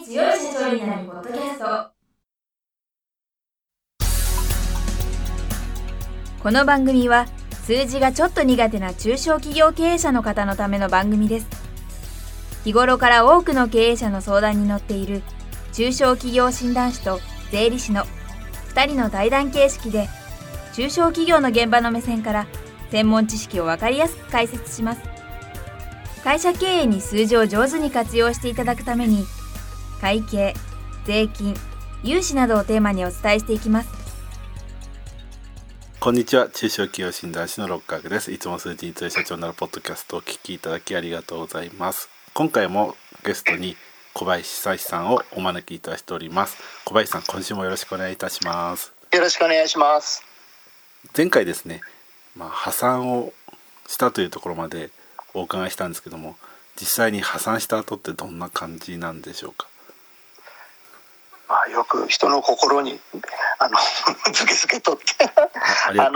強い社長になるポッドキャスト。この番組は数字がちょっと苦手な中小企業経営者の方のための番組です。日頃から多くの経営者の相談に乗っている中小企業診断士と税理士の2人の対談形式で、中小企業の現場の目線から専門知識を分かりやすく解説します。会社経営に数字を上手に活用していただくために、会計、税金、融資などをテーマにお伝えしていきます。 こんにちは、中小企業診断士の六角です。いつも数字に強い社長になるポッドキャストをお聞きいただきありがとうございます。今回もゲストに小林久さんをお招きいたしております。小林さん、今週もよろしくお願いいたします。 よろしくお願いします。 前回ですね、破産をしたというところまでお伺いしたんですけども、実際に破産した後ってどんな感じなんでしょうか。 よく人の心にズケズケとってありが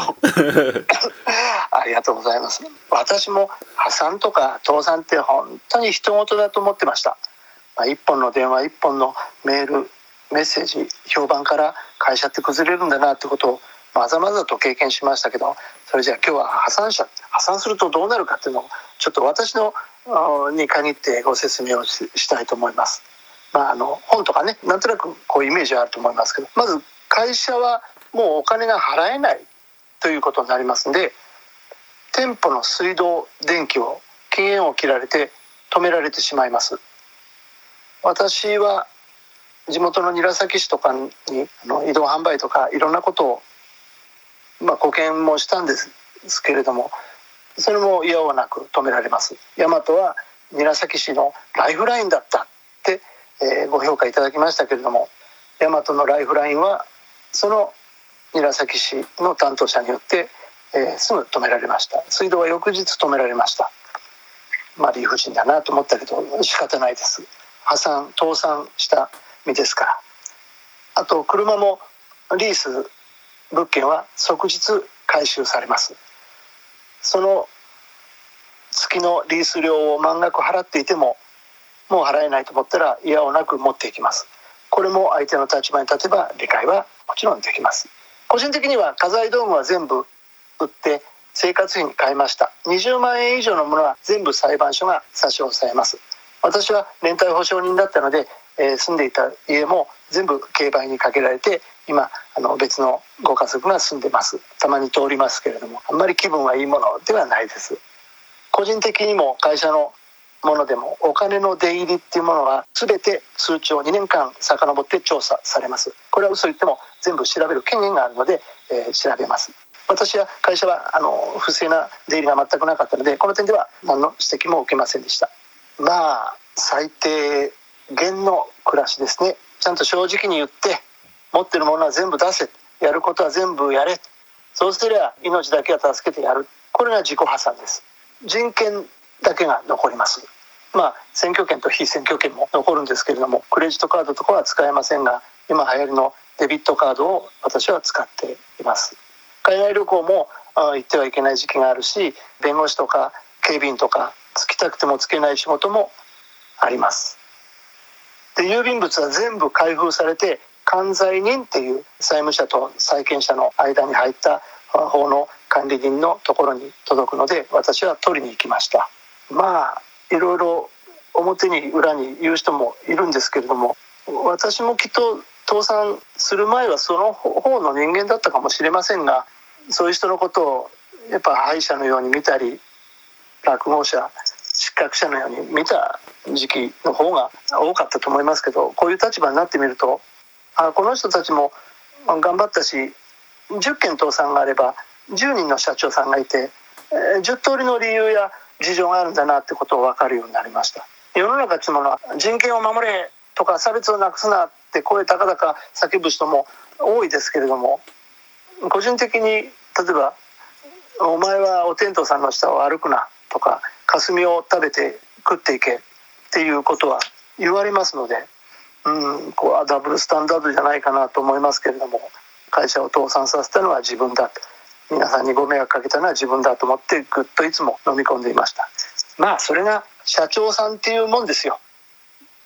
とうございます。私も破産とか倒産って本当に人事だと思ってました。一本の電話、一本のメール、メッセージ、評判から会社って崩れるんだなってことをまざまざと経験しましたけど、それじゃあ今日は破産するとどうなるかっていうのをちょっと私のに限ってご説明をしたいと思います。本とかね、なんとなくこうイメージはあると思いますけど、まず会社はもうお金が払えないということになりますので、店舗の水道、電気を期限を切られて止められてしまいます。私は地元の韮崎市とかに移動販売とかいろんなことを貢献もしたんですけれども、それも嫌をなく止められます。大和は韮崎市のライフラインだったってご評価いただきましたけれども、大和のライフラインはその韮崎市の担当者によって、すぐ止められました。水道は翌日止められました。理不尽だなと思ったけど仕方ないです。破産倒産した身ですから。あと車もリース物件は即日回収されます。その月のリース料を満額払っていても、もう払えないと思ったら嫌をなく持っていきます。これも相手の立場に立てば理解はもちろんできます。個人的には家財道具は全部売って生活費に変えました。20万円以上のものは全部裁判所が差し押さえます。私は連帯保証人だったので、住んでいた家も全部競売にかけられて、今別のご家族が住んでます。たまに通りますけれども、あんまり気分はいいものではないです。個人的にも会社のものでもお金の出入りっていうものは全て通帳2年間遡って調査されます。これは嘘言っても全部調べる権限があるので、調べます。私は会社は不正な出入りが全くなかったので、この点では何の指摘も受けませんでした。最低限の暮らしですね。ちゃんと正直に言って、持ってるものは全部出せ、やることは全部やれ、そうすれば命だけは助けてやる。これが自己破産です。人権だけが残ります。選挙権と非選挙権も残るんですけれども、クレジットカードとかは使えませんが、今流行りのデビットカードを私は使っています。海外旅行も行ってはいけない時期があるし、弁護士とか警備員とかつきたくてもつけない仕事もあります。で、郵便物は全部開封されて、管財人っていう債務者と債権者の間に入った方の管理人のところに届くので、私は取りに行きました。いろいろ表に裏に言う人もいるんですけれども、私もきっと倒産する前はその方の人間だったかもしれませんが、そういう人のことをやっぱ敗者のように見たり、落語者、失格者のように見た時期の方が多かったと思いますけど、こういう立場になってみると、この人たちも頑張ったし、10件倒産があれば10人の社長さんがいて、10通りの理由や事情があるんだなってことを分かるようになりました。世の中っていうものは人権を守れとか差別をなくすなって声高々叫ぶ人も多いですけれども、個人的に例えばお前はお天道さんの下を歩くなとか、霞を食べて食っていけっていうことは言われますので、これはダブルスタンダードじゃないかなと思いますけれども、会社を倒産させたのは自分だ、皆さんにご迷惑かけたのは自分だと思ってぐっといつも飲み込んでいました。それが社長さんっていうもんですよ。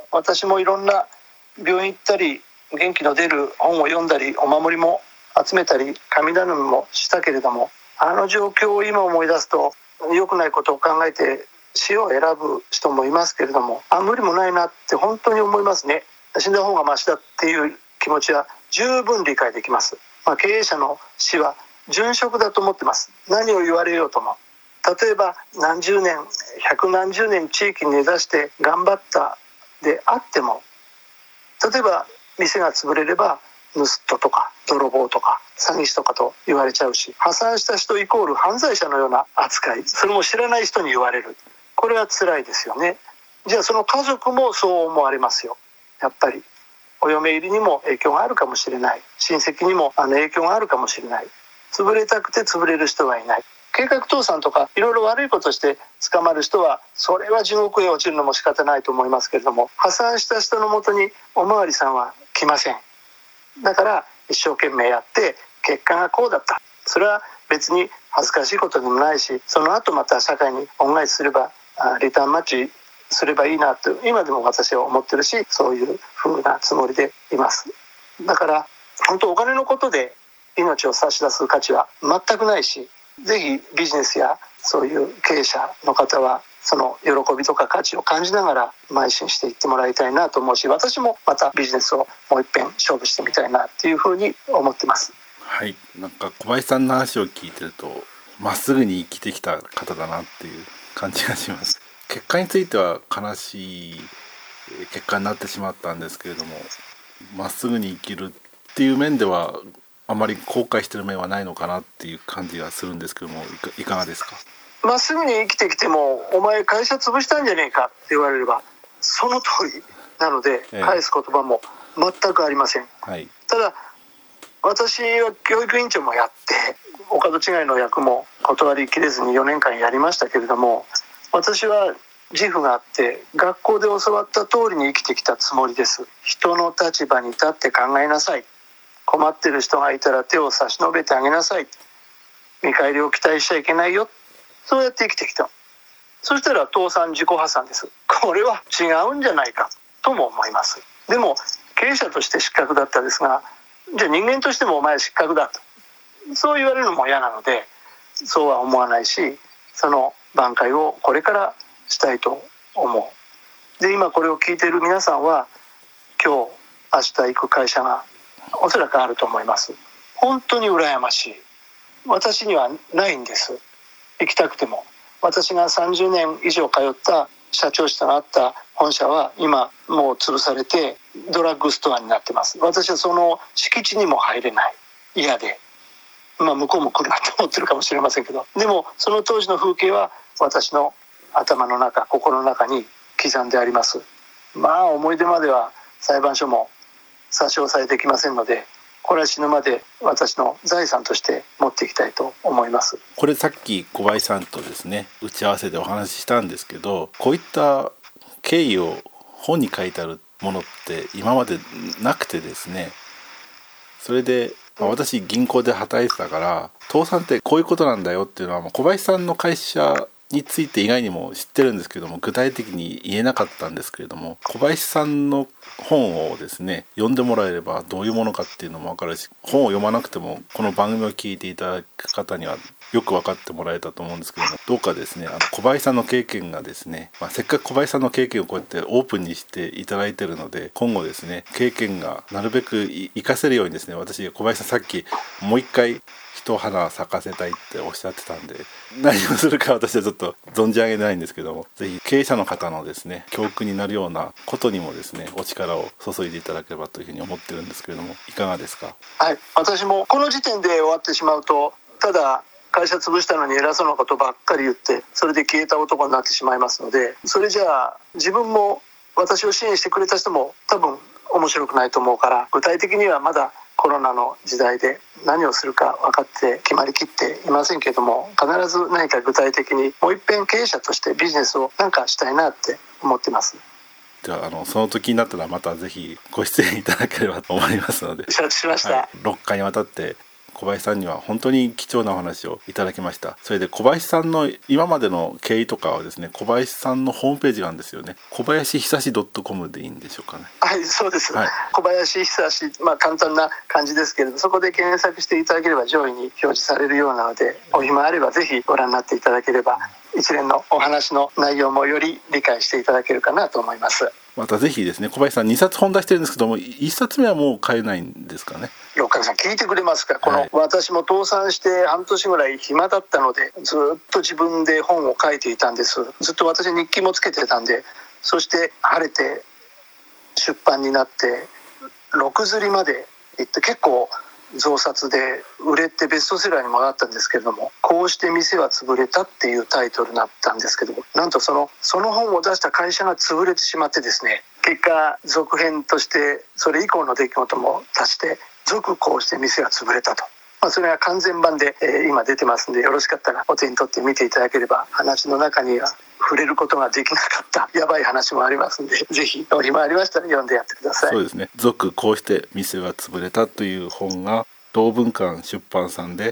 私もいろんな病院行ったり元気の出る本を読んだりお守りも集めたり神頼みもしたけれども、あの状況を今思い出すと良くないことを考えて死を選ぶ人もいますけれども、無理もないなって本当に思いますね。死んだ方がマシだっていう気持ちは十分理解できます。経営者の死は殉職だと思ってます。何を言われようとも。例えば何十年百何十年地域に根ざして頑張ったであっても、例えば店が潰れれば盗人とか泥棒とか詐欺師とかと言われちゃうし、破産した人イコール犯罪者のような扱い、それも知らない人に言われる。これは辛いですよね。じゃあその家族もそう思われますよ。やっぱりお嫁入りにも影響があるかもしれない、親戚にも影響があるかもしれない。潰れたくて潰れる人はいない。計画倒産とかいろいろ悪いことして捕まる人はそれは地獄へ落ちるのも仕方ないと思いますけれども、破産した人のもとにおまわりさんは来ません。だから一生懸命やって結果がこうだった、それは別に恥ずかしいことでもないし、その後また社会に恩返しすればリターンマッチすればいいなと今でも私は思ってるし、そういう風なつもりでいます。だから本当お金のことで命を差し出す価値は全くないし、ぜひビジネスやそういう経営者の方はその喜びとか価値を感じながら邁進していってもらいたいなと思うし、私もまたビジネスをもう一遍勝負してみたいなっていうふうに思ってます。 はい、なんか小林さんの話を聞いてるとまっすぐに生きてきた方だなっていう感じがします。結果については悲しい結果になってしまったんですけれども、まっすぐに生きるっていう面ではあまり後悔してる面はないのかなっていう感じがするんですけども、いかがですか？ まっすぐに生きてきてもお前会社潰したんじゃねえかって言われればその通りなので、返す言葉も全くありません、はい、ただ私は教育委員長もやってお門違いの役も断りきれずに4年間やりましたけれども、私は自負があって学校で教わった通りに生きてきたつもりです。人の立場に立って考えなさい、困ってる人がいたら手を差し伸べてあげなさい、見返りを期待しちゃいけないよ、そうやって生きてきた。そしたら倒産自己破産です。これは違うんじゃないかとも思います。でも経営者として失格だったですが、じゃあ人間としてもお前失格だとそう言われるのも嫌なので、そうは思わないし、その挽回をこれからしたいと思う。で今これを聞いている皆さんは今日明日行く会社がおそらくあると思います。本当に羨ましい。私にはないんです。行きたくても。私が30年以上通った社長室があった本社は今もう潰されてドラッグストアになってます。私はその敷地にも入れない、嫌で、向こうも来るなと思ってるかもしれませんけど、でもその当時の風景は私の頭の中、心の中に刻んであります。思い出までは裁判所も差し押さえできませんので、これは死ぬまで私の財産として持っていきたいと思います。 これさっき小林さんとですね打ち合わせでお話ししたんですけど、こういった経緯を本に書いてあるものって今までなくてですね、それで、私銀行で働いてたから倒産ってこういうことなんだよっていうのは小林さんの会社について以外にも知ってるんですけども、具体的に言えなかったんですけれども、小林さんの本をですね読んでもらえればどういうものかっていうのも分かるし、本を読まなくてもこの番組を聞いていただく方にはよく分かってもらえたと思うんですけども、どうかですね小林さんの経験がですね、せっかく小林さんの経験をこうやってオープンにしていただいているので、今後ですね経験がなるべく活かせるようにですね、私小林さんさっきもう一回一花咲かせたいっておっしゃってたんで、何をするか私はちょっと存じ上げないんですけども、ぜひ経営者の方のですね教訓になるようなことにもですねお力を注いでいただければというふうに思ってるんですけれども、いかがですか？ はい、私もこの時点で終わってしまうと、ただ会社潰したのに偉そうなことばっかり言ってそれで消えた男になってしまいますので、それじゃあ自分も私を支援してくれた人も多分面白くないと思うから、具体的にはまだコロナの時代で何をするか分かって決まりきっていませんけれども、必ず何か具体的にもう一遍経営者としてビジネスを何かしたいなって思ってます。 ではその時になったらまたぜひご出演いただければと思いますので、 承知しました、 6回にわたって小林さんには本当に貴重なお話をいただきました。それで小林さんの今までの経緯とかはですね、小林さんのホームページがあるんですよね。小林久志 .com でいいんでしょうかね。 はい、そうです、 はい、 小林久志、簡単な感じですけれど、そこで検索していただければ上位に表示されるようなので、お暇あればぜひご覧になっていただければ、一連のお話の内容もより理解していただけるかなと思います。 またぜひですね、小林さん2冊本出してるんですけども、1冊目はもう買えないんですかね。 六角さん聞いてくれますか。この、私も倒産して半年ぐらい暇だったので、ずっと自分で本を書いていたんです。ずっと私日記もつけてたんで、そして晴れて出版になって6刷りまで行って、結構増刷で売れてベストセラーにもなったんですけれども、こうして店は潰れたっていうタイトルになったんですけども、なんとその本を出した会社が潰れてしまってですね、結果続編としてそれ以降の出来事も足して続こうして店が潰れたと、それが完全版で、今出てますんで、よろしかったらお手に取って見ていただければ、話の中には触れることができなかったやばい話もありますんで、ぜひお暇ありましたら読んでやってください。 そうですね、続こうして店は潰れたという本が同文館出版さんで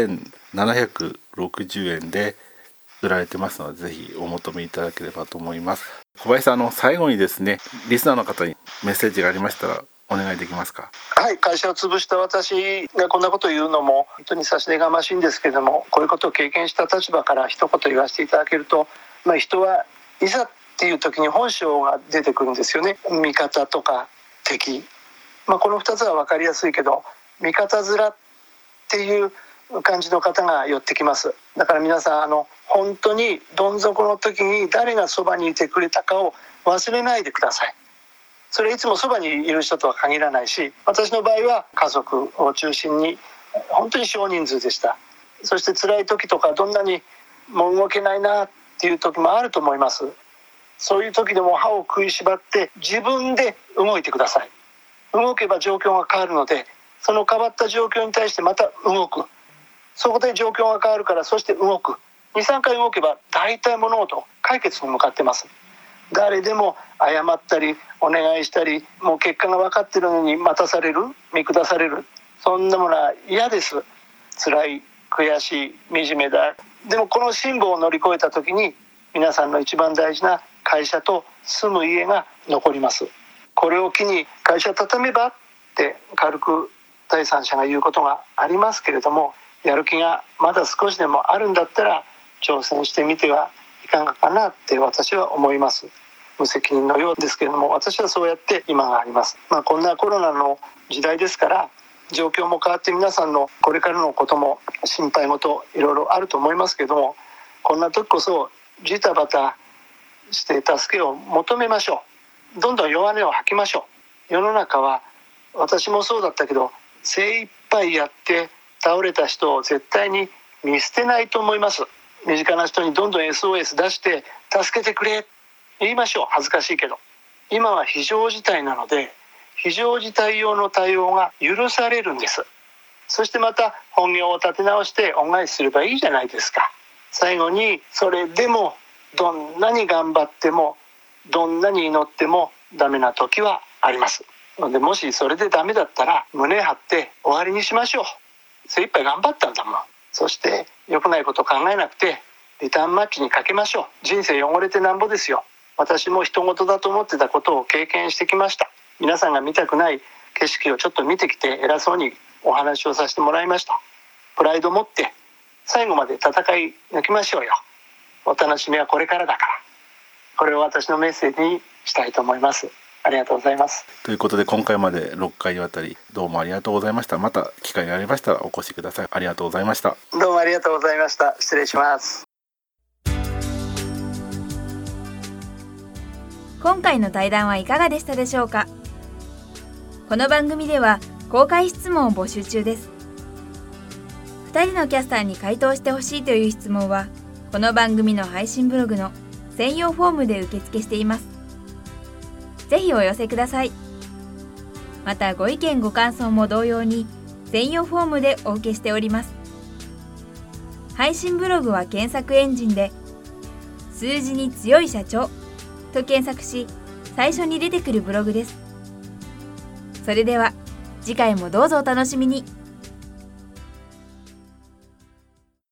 1760円で売られてますので、ぜひお求めいただければと思います。小林さん、最後にですね、リスナーの方にメッセージがありましたらお願いできますか。 はい、会社を潰した私がこんなことを言うのも本当に差し出がましいんですけれども、こういうことを経験した立場から一言言わせていただけると、人はいざっていう時に本性が出てくるんですよね。味方とか敵、この2つは分かりやすいけど、味方面っていう感じの方が寄ってきます。だから皆さん、本当にどん底の時に誰がそばにいてくれたかを忘れないでください。それいつもそばにいる人とは限らないし、私の場合は家族を中心に本当に少人数でした。そして辛い時とか、どんなにもう動けないなっていう時もあると思います。そういう時でも歯を食いしばって自分で動いてください。動けば状況が変わるので、その変わった状況に対してまた動く。そこで状況が変わるから、そして動く。 2,3 回動けば大体物事解決に向かってます。誰でも謝ったりお願いしたり、もう結果が分かってるのに待たされる、見下される、そんなものは嫌です。辛い、悔しい、惨めだ。でもこの辛抱を乗り越えた時に、皆さんの一番大事な会社と住む家が残ります。これを機に会社畳めばって軽く第三者が言うことがありますけれども、やる気がまだ少しでもあるんだったら挑戦してみてはいかがかなって私は思います。無責任のようですけれども、私はそうやって今があります。こんなコロナの時代ですから、状況も変わって皆さんのこれからのことも心配事いろいろあると思いますけれども、こんな時こそジタバタして助けを求めましょう。どんどん弱音を吐きましょう。世の中は、私もそうだったけど、精一杯やって倒れた人を絶対に見捨てないと思います。身近な人にどんどん SOS 出して助けてくれ言いましょう。恥ずかしいけど、今は非常事態なので、非常事態用の対応が許されるんです。そしてまた本業を立て直して恩返しすればいいじゃないですか。最後に、それでもどんなに頑張ってもどんなに祈ってもダメな時はありますので、もしそれでダメだったら胸張って終わりにしましょう。精一杯頑張ったんだもん。そして良くないことを考えなくてリターンマッチにかけましょう。人生汚れてなんぼですよ。私も人事だと思ってたことを経験してきました。皆さんが見たくない景色をちょっと見てきて偉そうにお話をさせてもらいました。プライドを持って最後まで戦い抜きましょうよ。お楽しみはこれからだから。これを私のメッセージにしたいと思います。ありがとうございます。 ということで、今回まで6回にわたりどうもありがとうございました。また機会がありましたらお越しください。ありがとうございました。 どうもありがとうございました。失礼します。 今回の対談はいかがでしたでしょうか。この番組では公開質問を募集中です。2人のキャスターに回答してほしいという質問は、この番組の配信ブログの専用フォームで受付しています。ぜひお寄せください。またご意見ご感想も同様に専用フォームでお受けしております。配信ブログは検索エンジンで数字に強い社長と検索し、最初に出てくるブログです。それでは次回もどうぞお楽しみに。